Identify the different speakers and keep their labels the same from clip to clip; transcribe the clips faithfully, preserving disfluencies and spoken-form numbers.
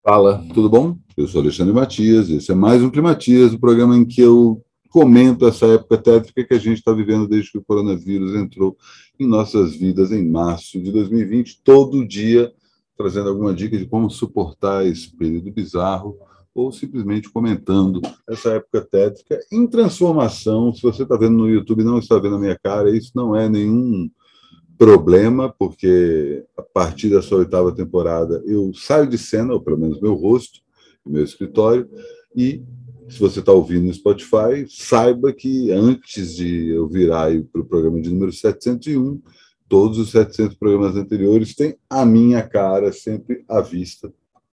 Speaker 1: Fala, tudo bom? Eu sou Alexandre Matias, esse é mais um Climatias, o programa em que eu comento essa época tétrica que a gente está vivendo desde que o coronavírus entrou em nossas vidas em março de dois mil e vinte, todo dia trazendo alguma dica de como suportar esse período bizarro ou simplesmente comentando essa época tétrica em transformação. Se você está vendo no YouTube e não está vendo a minha cara, isso não é nenhum problema, porque a partir dessa oitava temporada eu saio de cena, ou pelo menos meu rosto, meu escritório, e se você está ouvindo no Spotify, saiba que antes de eu virar para o programa de número setecentos e um, todos os setecentos programas anteriores têm a minha cara sempre à vista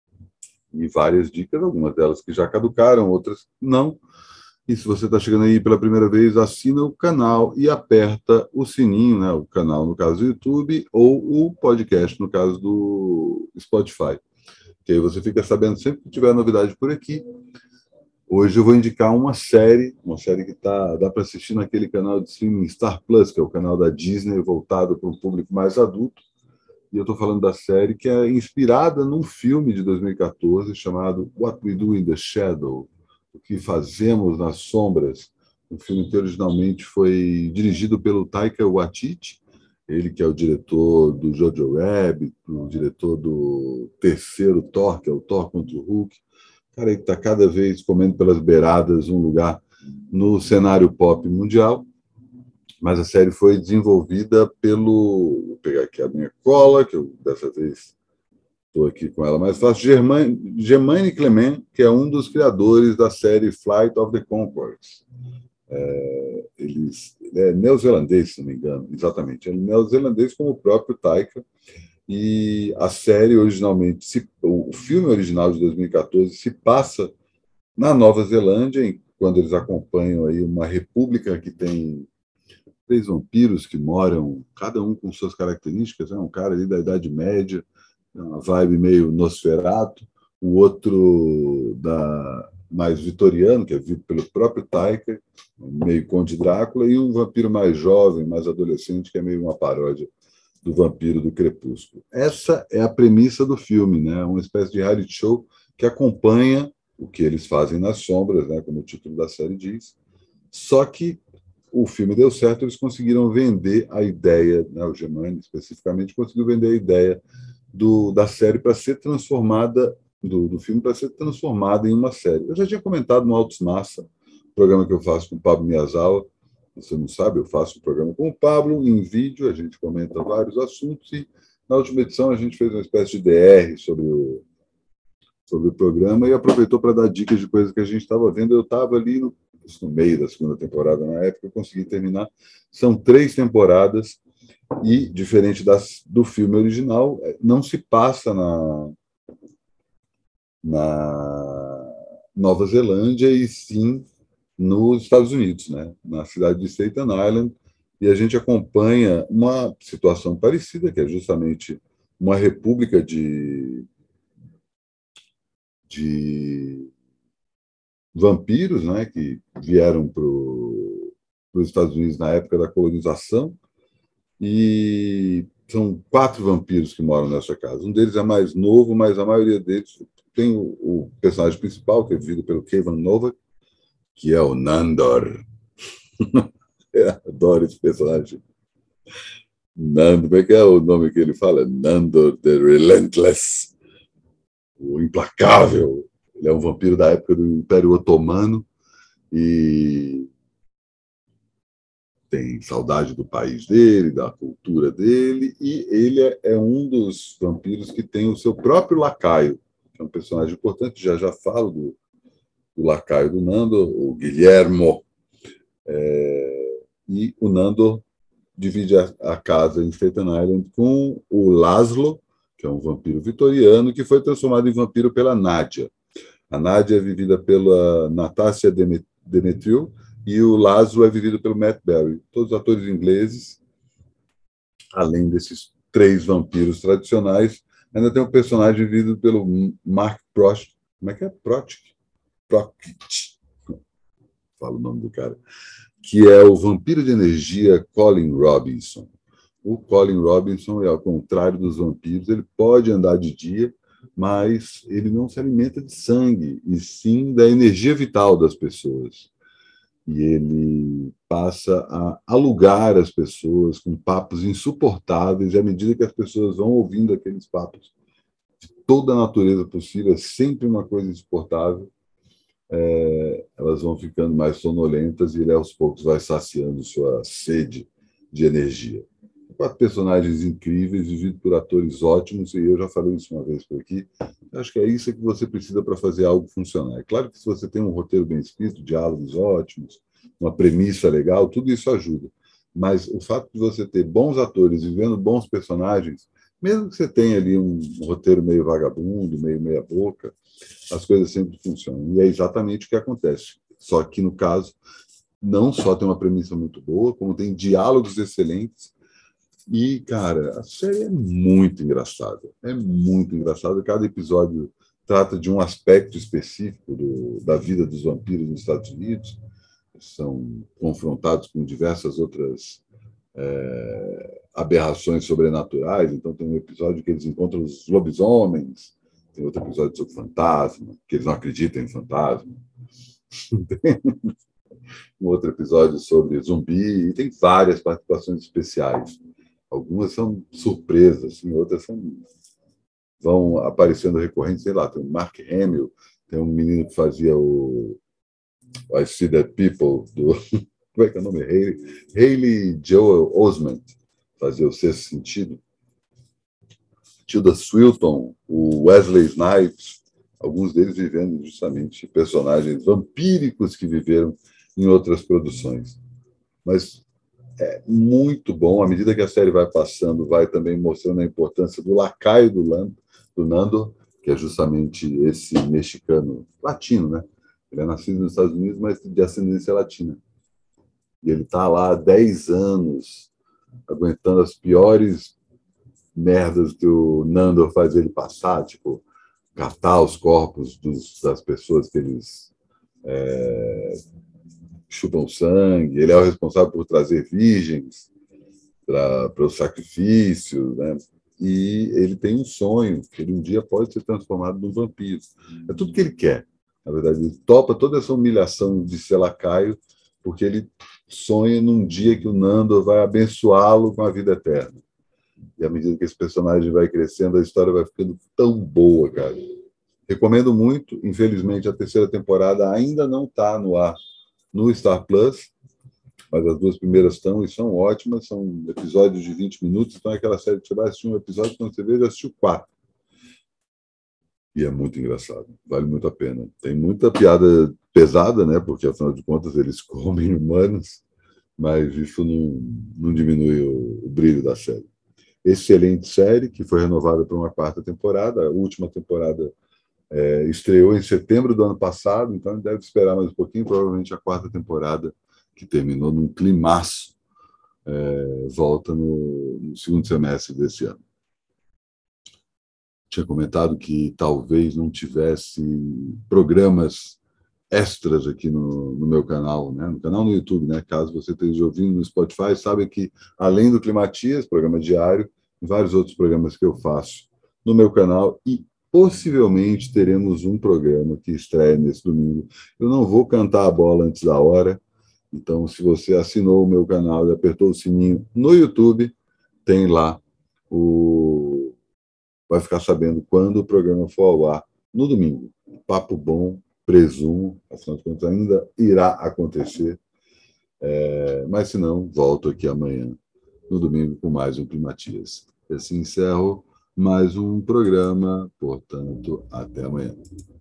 Speaker 1: e várias dicas, algumas delas que já caducaram, outras não. E se você está chegando aí pela primeira vez, assina o canal e aperta o sininho, né? O canal, no caso do YouTube, ou o podcast, no caso do Spotify. Que aí você fica sabendo sempre que tiver novidade por aqui. Hoje eu vou indicar uma série, uma série que tá, dá para assistir naquele canal de streaming Star Plus, que é o canal da Disney, voltado para um público mais adulto. E eu estou falando da série que é inspirada num filme de dois mil e quatorze chamado What We Do in the Shadow, O que Fazemos nas Sombras, um filme que originalmente foi dirigido pelo Taika Waititi, ele que é o diretor do Jojo Rabbit, o diretor do terceiro Thor, que é o Thor contra o Hulk, cara que está cada vez comendo pelas beiradas um lugar no cenário pop mundial. Mas a série foi desenvolvida pelo. Vou pegar aqui a minha cola, que eu dessa vez estou aqui com ela mais fácil. Germaine, Germaine Clement, que é um dos criadores da série Flight of the Conchords. É, eles, ele é neozelandês, se não me engano, exatamente. Ele é neozelandês como o próprio Taika. E a série originalmente, se, o filme original de dois mil e quatorze se passa na Nova Zelândia, quando eles acompanham aí uma república que tem três vampiros que moram, cada um com suas características, né? Um cara ali da Idade Média, uma vibe meio Nosferatu, o outro da mais vitoriano, que é visto pelo próprio Taika, meio Conde Drácula, e um vampiro mais jovem, mais adolescente, que é meio uma paródia do vampiro do Crepúsculo. Essa é a premissa do filme, né? Uma espécie de reality show que acompanha o que eles fazem nas sombras, né? Como o título da série diz. Só que o filme deu certo, eles conseguiram vender a ideia, né, o Germani especificamente conseguiu vender a ideia do, da série para ser transformada, do, do filme para ser transformada em uma série. Eu já tinha comentado no Altos Massa, programa que eu faço com o Pablo Miyazawa. Você não sabe, eu faço um programa com o Pablo, em vídeo, a gente comenta vários assuntos, e na última edição a gente fez uma espécie de D R sobre o, sobre o programa e aproveitou para dar dicas de coisas que a gente estava vendo. Eu estava ali no, no meio da segunda temporada, na época, eu consegui terminar. São três temporadas e, diferente das, do filme original, não se passa na, na Nova Zelândia, e sim nos Estados Unidos, né? Na cidade de Staten Island, e a gente acompanha uma situação parecida, que é justamente uma república de, de vampiros, né, que vieram para os Estados Unidos na época da colonização, e são quatro vampiros que moram nessa casa. Um deles é mais novo, mas a maioria deles tem o, o personagem principal, que é vivido pelo Kevin Novak, que é o Nandor. Eu adoro esse personagem. Nando, como é que é o nome que ele fala? Nandor the Relentless, o implacável. Ele é um vampiro da época do Império Otomano e tem saudade do país dele, da cultura dele, e ele é, é um dos vampiros que tem o seu próprio lacaio, que é um personagem importante. Já já falo do, do lacaio do Nando, o Guilhermo. É, e o Nando divide a, a casa em Staten Island com o Laszlo, que é um vampiro vitoriano, que foi transformado em vampiro pela Nádia. A Nádia é vivida pela Natasha Demetriou, e o Laszlo é vivido pelo Matt Berry. Todos atores ingleses, além desses três vampiros tradicionais. Ainda tem um personagem vivido pelo Mark Prost. Como é que é? Procht? Procht. Fala o nome do cara. Que é o vampiro de energia Colin Robinson. O Colin Robinson é ao contrário dos vampiros, ele pode andar de dia, mas ele não se alimenta de sangue, e sim da energia vital das pessoas. E ele passa a alugar as pessoas com papos insuportáveis, e à medida que as pessoas vão ouvindo aqueles papos de toda a natureza possível, é sempre uma coisa insuportável, é, elas vão ficando mais sonolentas e ele, aos poucos, vai saciando sua sede de energia. Quatro personagens incríveis, vividos por atores ótimos, e eu já falei isso uma vez por aqui. Acho que é isso que você precisa para fazer algo funcionar. É claro que se você tem um roteiro bem escrito, diálogos ótimos, uma premissa legal, tudo isso ajuda. Mas o fato de você ter bons atores vivendo bons personagens, mesmo que você tenha ali um, um roteiro meio vagabundo, meio meia-boca, as coisas sempre funcionam. E é exatamente o que acontece. Só que, no caso, não só tem uma premissa muito boa, como tem diálogos excelentes. E, cara, a série é muito engraçada. É muito engraçada. Cada episódio trata de um aspecto específico do, da vida dos vampiros nos Estados Unidos. São confrontados com diversas outras é, aberrações sobrenaturais. Então, tem um episódio que eles encontram os lobisomens, tem outro episódio sobre fantasma, que eles não acreditam em fantasma. Tem um outro episódio sobre zumbi, e tem várias participações especiais. Algumas são surpresas, assim, outras são, vão aparecendo recorrentes. Sei lá, tem o Mark Hamill, tem um menino que fazia o I See That People, do, como é que é o nome? Haley, Haley Joel Osment, fazia o Sexto Sentido. Tilda Swinton, o Wesley Snipes, alguns deles vivendo justamente personagens vampíricos que viveram em outras produções. Mas é muito bom. À medida que a série vai passando, vai também mostrando a importância do lacaio do, Lando, do Nando, que é justamente esse mexicano latino, né? Ele é nascido nos Estados Unidos, mas de ascendência latina. E ele está lá há dez anos, aguentando as piores merdas que o Nando faz ele passar, tipo, catar os corpos dos, das pessoas que eles é, chupam sangue. Ele é o responsável por trazer virgens para o sacrifício, né? E ele tem um sonho, que ele um dia pode ser transformado num vampiro. É tudo que ele quer. Na verdade, ele topa toda essa humilhação de ser lacaio, porque ele sonha num dia que o Nando vai abençoá-lo com a vida eterna. E à medida que esse personagem vai crescendo, a história vai ficando tão boa, cara. Recomendo muito. Infelizmente, a terceira temporada ainda não está no ar no Star Plus, mas as duas primeiras estão e são ótimas. São episódios de vinte minutos, então é aquela série que você vai assistir um episódio, quando você vê, já assistiu quatro. E é muito engraçado, vale muito a pena. Tem muita piada pesada, né? Porque, afinal de contas, eles comem humanos, mas isso não, não diminui o, o brilho da série. Excelente série, que foi renovada para uma quarta temporada. A última temporada é, estreou em setembro do ano passado, então deve esperar mais um pouquinho. Provavelmente a quarta temporada, que terminou num climaço, é, volta no, no segundo semestre desse ano. Tinha comentado que talvez não tivesse programas extras aqui no, no meu canal, né? No canal no YouTube, né? Caso você esteja ouvindo no Spotify, sabe que além do Climatias, programa diário, vários outros programas que eu faço no meu canal, e possivelmente teremos um programa que estreia nesse domingo. Eu não vou cantar a bola antes da hora, então se você assinou o meu canal e apertou o sininho no YouTube, tem lá o... vai ficar sabendo quando o programa for ao ar no domingo. Papo bom, presumo, afinal de contas ainda irá acontecer, é, mas se não, volto aqui amanhã, no domingo, com mais um Climatias. E assim encerro mais um programa, portanto, até amanhã.